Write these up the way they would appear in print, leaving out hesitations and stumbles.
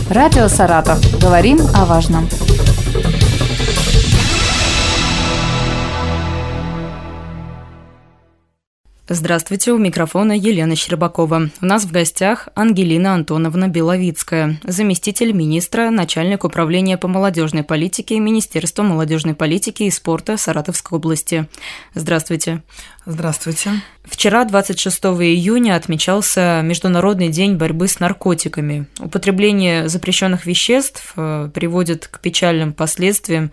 Радио «Саратов». Говорим о важном. Здравствуйте, у микрофона Елена Щербакова. У нас в гостях Ангелина Антоновна Беловицкая, заместитель министра, начальник управления по молодежной политике Министерства молодежной политики и спорта Саратовской области. Здравствуйте. Здравствуйте. Вчера, 26 июня, отмечался Международный день борьбы с наркотиками. Употребление запрещенных веществ приводит к печальным последствиям,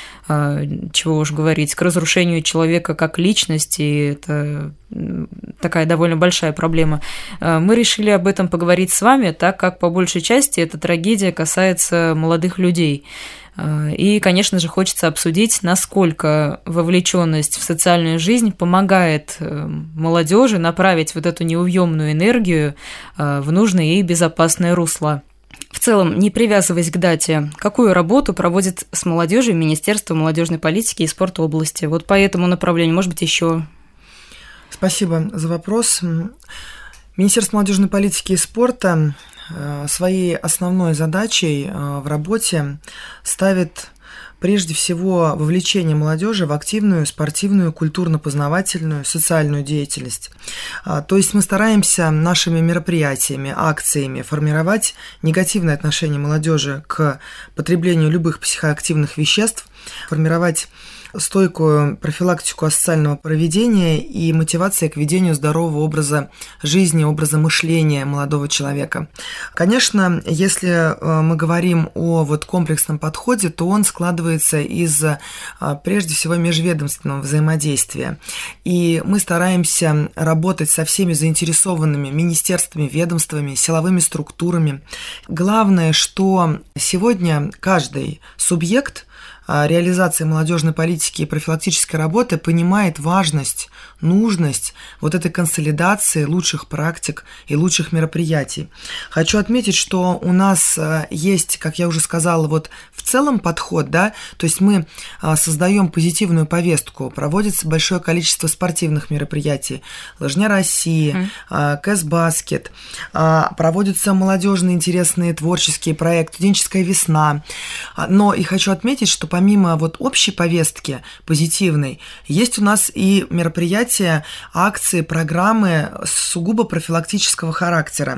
чего уж говорить, к разрушению человека как личности, и это такая довольно большая проблема. Мы решили об этом поговорить с вами, так как по большей части эта трагедия касается молодых людей. И, конечно же, хочется обсудить, насколько вовлеченность в социальную жизнь помогает молодежи направить вот эту неуемную энергию в нужное и безопасное русло. В целом, не привязываясь к дате, какую работу проводит с молодежью Министерство молодежной политики и спорта области? Вот по этому направлению, может быть, еще. Спасибо за вопрос. Министерство молодежной политики и спорта своей основной задачей в работе ставит прежде всего вовлечение молодежи в активную спортивную, культурно-познавательную, социальную деятельность. То есть мы стараемся нашими мероприятиями, акциями формировать негативное отношение молодежи к потреблению любых психоактивных веществ, формировать стойкую профилактику асоциального поведения и мотивация к ведению здорового образа жизни, образа мышления молодого человека. Конечно, если мы говорим о комплексном подходе, то он складывается из, прежде всего, межведомственного взаимодействия. И мы стараемся работать со всеми заинтересованными министерствами, ведомствами, силовыми структурами. Главное, что сегодня каждый субъект реализации молодежной политики и профилактической работы понимает важность, нужность этой консолидации лучших практик и лучших мероприятий. Хочу отметить, что у нас есть, как я уже сказала, в целом подход, то есть мы создаем позитивную повестку, проводится большое количество спортивных мероприятий, Лыжня России, КС-баскет, проводятся молодежные интересные творческие проекты, студенческая весна. Но и хочу отметить, что помимо общей повестки позитивной, есть у нас и мероприятия, акции, программы сугубо профилактического характера.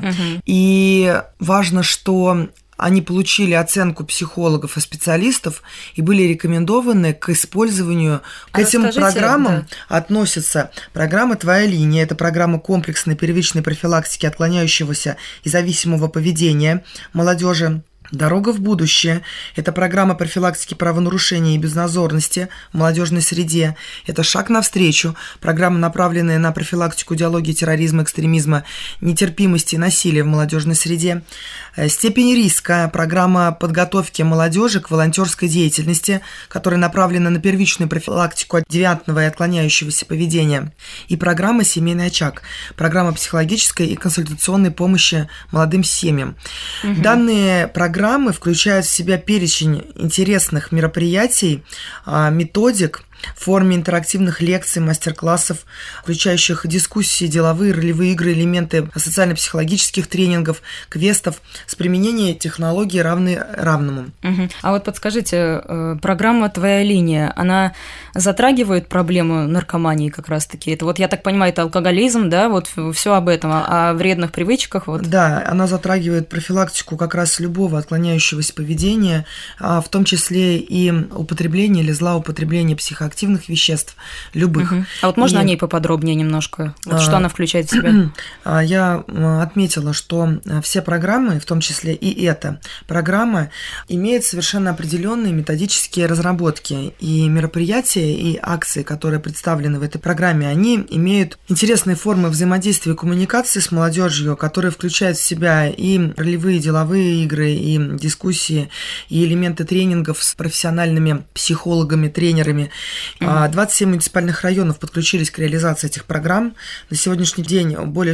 И важно, что они получили оценку психологов и специалистов и были рекомендованы к использованию. К этим программам относится программа «Твоя линия». Это программа комплексной первичной профилактики отклоняющегося и зависимого поведения молодежи. «Дорога в будущее» – это программа профилактики правонарушений и безнадзорности в молодежной среде. Это «Шаг навстречу» – программа, направленная на профилактику идеологии терроризма, экстремизма, нетерпимости и насилия в молодежной среде. «Степень риска» – программа подготовки молодежи к волонтерской деятельности, которая направлена на первичную профилактику девиантного и отклоняющегося поведения. И программа «Семейный очаг» – программа психологической и консультационной помощи молодым семьям. Данные программы включают в себя перечень интересных мероприятий, методик в форме интерактивных лекций, мастер-классов, включающих дискуссии, деловые, ролевые игры, элементы социально-психологических тренингов, квестов с применением технологий равной равному. А подскажите, программа «Твоя линия», она затрагивает проблему наркомании как раз-таки? Это я так понимаю, это алкоголизм, все об этом, о вредных привычках? Да, она затрагивает профилактику как раз любого отклоняющегося поведения, в том числе и употребление или злоупотребление психоактивных веществ, любых. А можно о ней поподробнее немножко? Что она включает в себя? Я отметила, что все программы, в том числе и эта программа, имеют совершенно определенные методические разработки. И мероприятия, и акции, которые представлены в этой программе, они имеют интересные формы взаимодействия и коммуникации с молодежью, которые включают в себя и ролевые деловые игры, и дискуссии, и элементы тренингов с профессиональными психологами, тренерами, 27 муниципальных районов подключились к реализации этих программ. На сегодняшний день более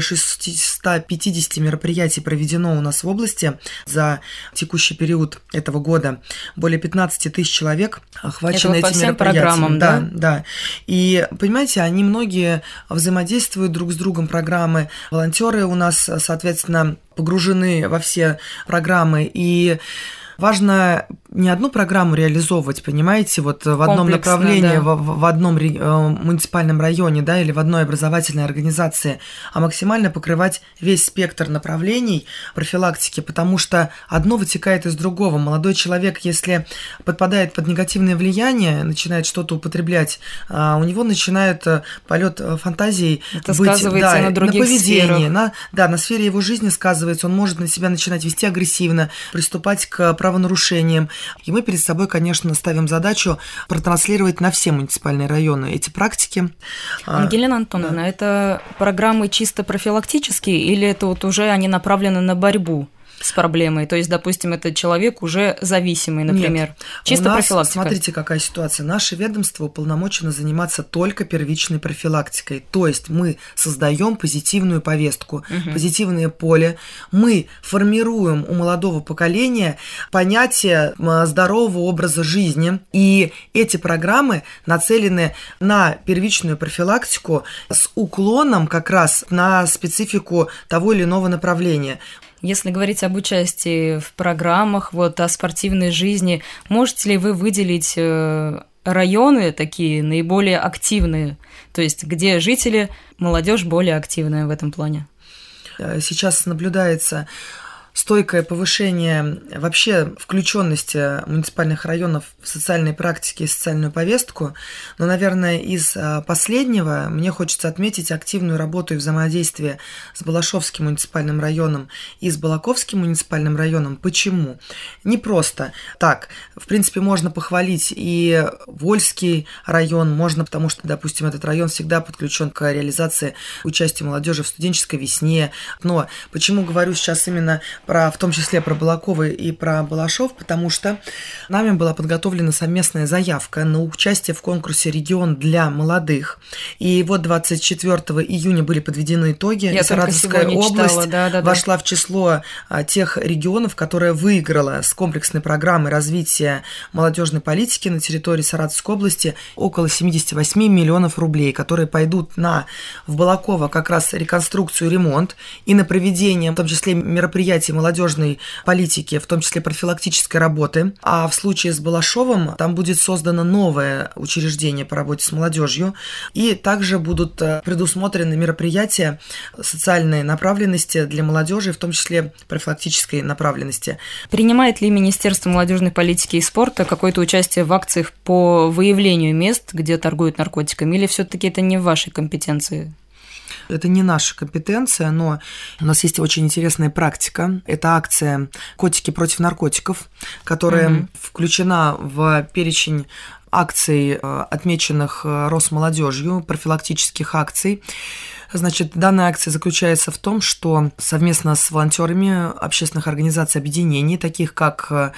650 мероприятий проведено у нас в области. За текущий период этого года более 15 тысяч человек охвачены этими мероприятиями. Программам, да? Да. И, понимаете, они многие взаимодействуют друг с другом, программы. Волонтеры у нас, соответственно, погружены во все программы, и важно не одну программу реализовывать, понимаете, вот в одном направлении, да, в одном муниципальном районе, да, или в одной образовательной организации, а максимально покрывать весь спектр направлений профилактики, потому что одно вытекает из другого. Молодой человек, если подпадает под негативное влияние, начинает что-то употреблять, у него начинает полет фантазий это быть, сказывается на других на поведении, сферах. На сфере его жизни сказывается, он может на себя начинать вести агрессивно, приступать к правонарушениям. И мы перед собой, конечно, ставим задачу протранслировать на все муниципальные районы эти практики. Ангелина Антоновна, да. Это программы чисто профилактические или это вот уже они направлены на борьбу с проблемой? То есть, допустим, этот человек уже зависимый, например. Нет, чисто у нас, профилактика. Смотрите, какая ситуация. Наше ведомство уполномочено заниматься только первичной профилактикой. То есть мы создаем позитивную повестку, позитивное поле. Мы формируем у молодого поколения понятие здорового образа жизни. И эти программы нацелены на первичную профилактику с уклоном как раз на специфику того или иного направления. Если говорить об участии в программах, вот, о спортивной жизни, можете ли вы выделить районы такие наиболее активные, то есть где жители, молодежь более активная в этом плане? Сейчас наблюдается стойкое повышение вообще включенности муниципальных районов в социальные практики и социальную повестку. Но, наверное, из последнего мне хочется отметить активную работу и взаимодействие с Балашовским муниципальным районом и с Балаковским муниципальным районом. Почему? Не просто так. В принципе, можно похвалить и Вольский район, можно, потому что, допустим, этот район всегда подключен к реализации участия молодежи в студенческой весне. Но почему говорю сейчас именно в том числе про Балаково и про Балашов, потому что нами была подготовлена совместная заявка на участие в конкурсе «Регион для молодых». И вот 24 июня были подведены итоги. Я Саратовская область вошла в число тех регионов, которая выиграла с комплексной программой развития молодежной политики на территории Саратовской области около 78 миллионов рублей, которые пойдут в Балаково как раз реконструкцию, ремонт и на проведение, в том числе мероприятий молодежной политики, в том числе профилактической работы. А в случае с Балашовым там будет создано новое учреждение по работе с молодежью, и также будут предусмотрены мероприятия социальной направленности для молодежи, в том числе профилактической направленности. Принимает ли Министерство молодежной политики и спорта какое-то участие в акциях по выявлению мест, где торгуют наркотиками, или все-таки это не в вашей компетенции? Это не наша компетенция, но у нас есть очень интересная практика. Это акция «Котики против наркотиков», которая включена в перечень акций, отмеченных Росмолодежью, профилактических акций. Значит, данная акция заключается в том, что совместно с волонтерами общественных организаций, объединений, таких как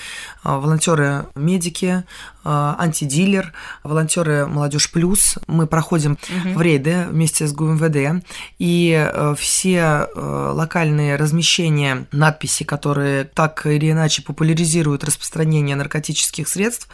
волонтеры-медики, антидилер, волонтеры «Молодежь плюс», мы проходим в рейды вместе с ГУМВД, и все локальные размещения, надписи, которые так или иначе популяризируют распространение наркотических средств,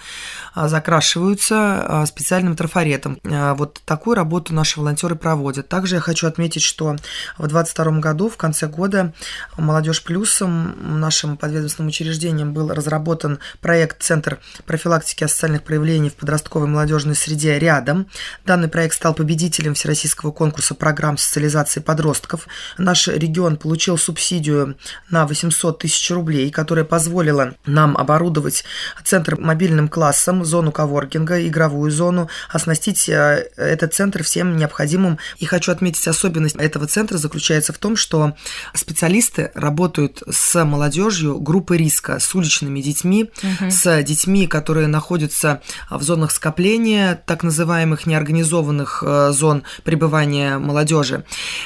закрашиваются специальным трафаретом. Вот такую работу наши волонтеры проводят. Также я хочу отметить, что в 2022 году, в конце года, «Молодежь плюсом», нашим подведомственным учреждением, был разработан проект «Центр профилактики социальных проявлений в подростковой молодежной среде рядом». Данный проект стал победителем всероссийского конкурса программ социализации подростков. Наш регион получил субсидию на 800 тысяч рублей, которая позволила нам оборудовать центр мобильным классом, зону коворкинга, игровую зону, оснастить этот центр всем необходимым. И хочу отметить, особенность этого центра заключается в том, что специалисты работают с молодежью группы риска, с уличными детьми, с детьми, которые находятся в зонах скопления, так называемых неорганизованных зон пребывания молодежи.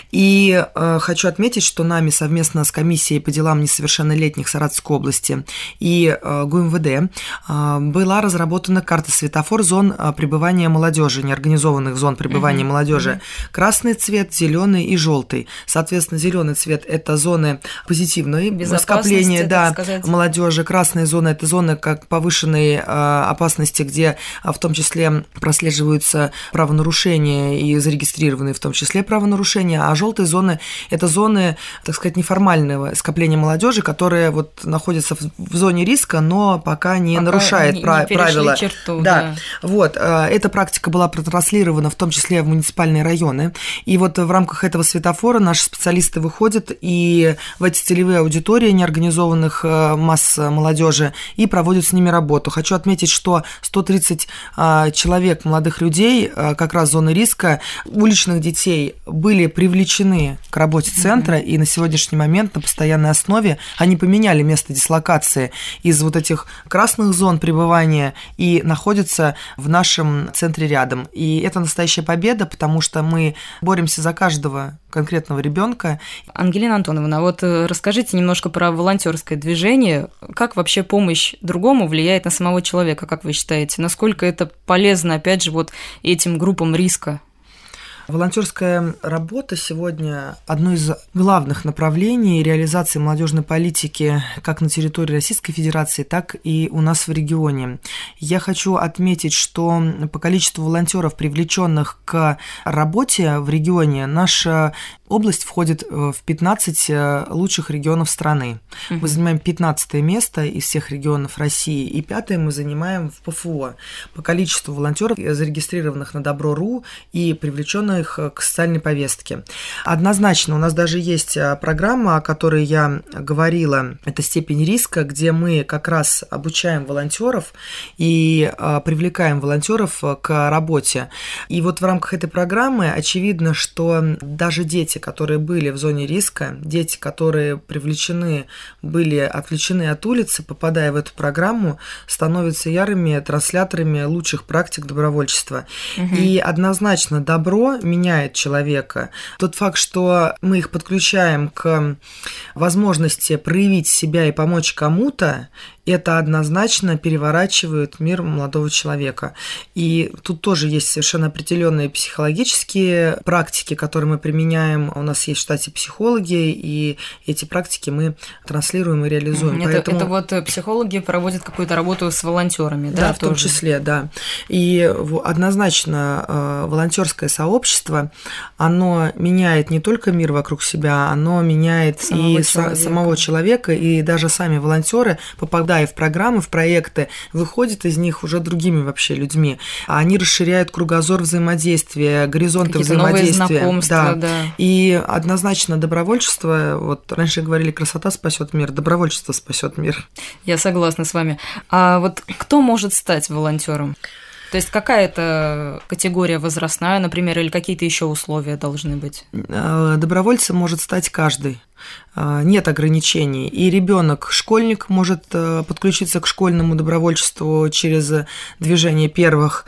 И хочу отметить, что нами совместно с комиссией по делам несовершеннолетних Саратовской области и ГУМВД была разработана карта светофор зон пребывания молодежи, неорганизованных зон пребывания молодежи. Красный цвет, зеленый и желтый. Соответственно, зеленый цвет – это зоны позитивной скопления молодежи. Красные зоны – это зоны как повышенной опасности, где в том числе прослеживаются правонарушения и зарегистрированные в том числе правонарушения. А желтые зоны – это зоны, так сказать, неформального скопления молодежи, которые вот находятся в зоне риска, но пока не нарушает правила. Черту, да. Вот, эта практика была протранслирована в том числе в муниципальные районы. И вот в рамках этого светофора наши специалисты выходят и в эти целевые аудитории неорганизованных масс молодежи и проводят с ними работу. Хочу отметить, что 130 человек, молодых людей, как раз зоны риска, уличных детей, были привлечены к работе центра, и на сегодняшний момент на постоянной основе они поменяли место дислокации из вот этих красных зон пребывания и находятся в нашем центре рядом. И это настоящая победа, потому что мы боремся за каждого конкретного ребенка. Ангелина Антоновна, вот расскажите немножко про волонтерское движение. Как вообще помощь другому влияет на самого человека, как вы считаете? Насколько это полезно, опять же, вот этим группам риска? Волонтерская работа сегодня одно из главных направлений реализации молодежной политики как на территории Российской Федерации, так и у нас в регионе. Я хочу отметить, что по количеству волонтеров, привлеченных к работе в регионе, наша область входит в 15 лучших регионов страны. Мы занимаем 15 место из всех регионов России, и 5 мы занимаем в ПФО по количеству волонтеров, зарегистрированных на Добро.ру и привлеченных к социальной повестке. Однозначно, у нас даже есть программа, о которой я говорила, это «Степень риска», где мы как раз обучаем волонтеров и привлекаем волонтеров к работе. И вот в рамках этой программы очевидно, что даже дети, которые были в зоне риска, дети, которые были отвлечены от улицы, попадая в эту программу, становятся ярыми трансляторами лучших практик добровольчества. И однозначно добро меняет человека. Тот факт, что мы их подключаем к возможности проявить себя и помочь кому-то, это однозначно переворачивает мир молодого человека. И тут тоже есть совершенно определенные психологические практики, которые мы применяем. У нас есть в штате психологи, и эти практики мы транслируем и реализуем. Это вот психологи проводят какую-то работу с волонтерами, да? Да, в том числе, да. И однозначно волонтерское сообщество, оно меняет не только мир вокруг себя, оно меняет самого человека, и даже сами волонтеры, попадая в программы, в проекты, выходят из них уже другими вообще людьми. Они расширяют кругозор взаимодействия, горизонты взаимодействия. Новые знакомства, да. И однозначно добровольчество, вот раньше говорили, красота спасет мир, добровольчество спасет мир. Я согласна с вами. А вот кто может стать волонтером? То есть какая-то категория возрастная, например, или какие-то еще условия должны быть? Добровольцем может стать каждый. Нет ограничений. И ребенок, школьник может подключиться к школьному добровольчеству через движение первых.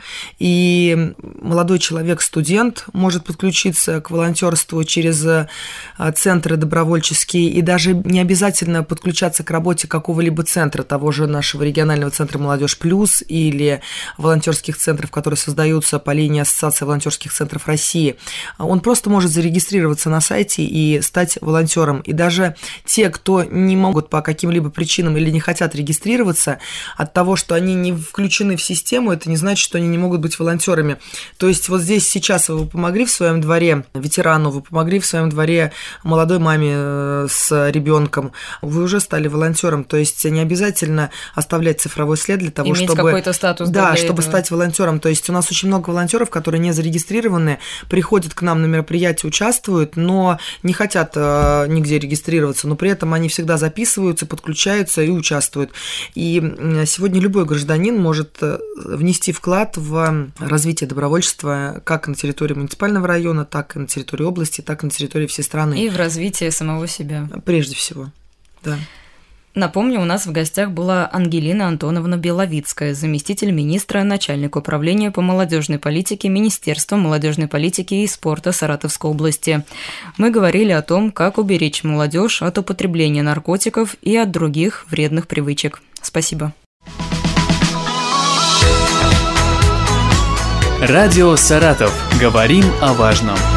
И молодой человек, студент, может подключиться к волонтерству через центры добровольческие. И даже не обязательно подключаться к работе какого-либо центра, того же нашего регионального центра «Молодежь плюс» или волонтерских центров, которые создаются по линии Ассоциации волонтерских центров России. Он просто может зарегистрироваться на сайте и стать волонтером. И даже те, кто не могут по каким-либо причинам или не хотят регистрироваться, от того, что они не включены в систему, это не значит, что они не могут быть волонтерами. То есть вот здесь сейчас вы помогли в своем дворе ветерану, вы помогли в своем дворе молодой маме с ребенком, вы уже стали волонтером. То есть не обязательно оставлять цифровой след для того, иметь чтобы какой-то статус, да, чтобы стать волонтером. То есть у нас очень много волонтеров, которые не зарегистрированы, приходят к нам на мероприятия, участвуют, но не хотят нигде регистрироваться, но при этом они всегда записываются, подключаются и участвуют. И сегодня любой гражданин может внести вклад в развитие добровольчества как на территории муниципального района, так и на территории области, так и на территории всей страны. И в развитие самого себя. Прежде всего, да. Напомню, у нас в гостях была Ангелина Антоновна Беловицкая, заместитель министра, начальник управления по молодежной политике Министерства молодежной политики и спорта Саратовской области. Мы говорили о том, как уберечь молодежь от употребления наркотиков и от других вредных привычек. Спасибо. Радио «Саратов». Говорим о важном.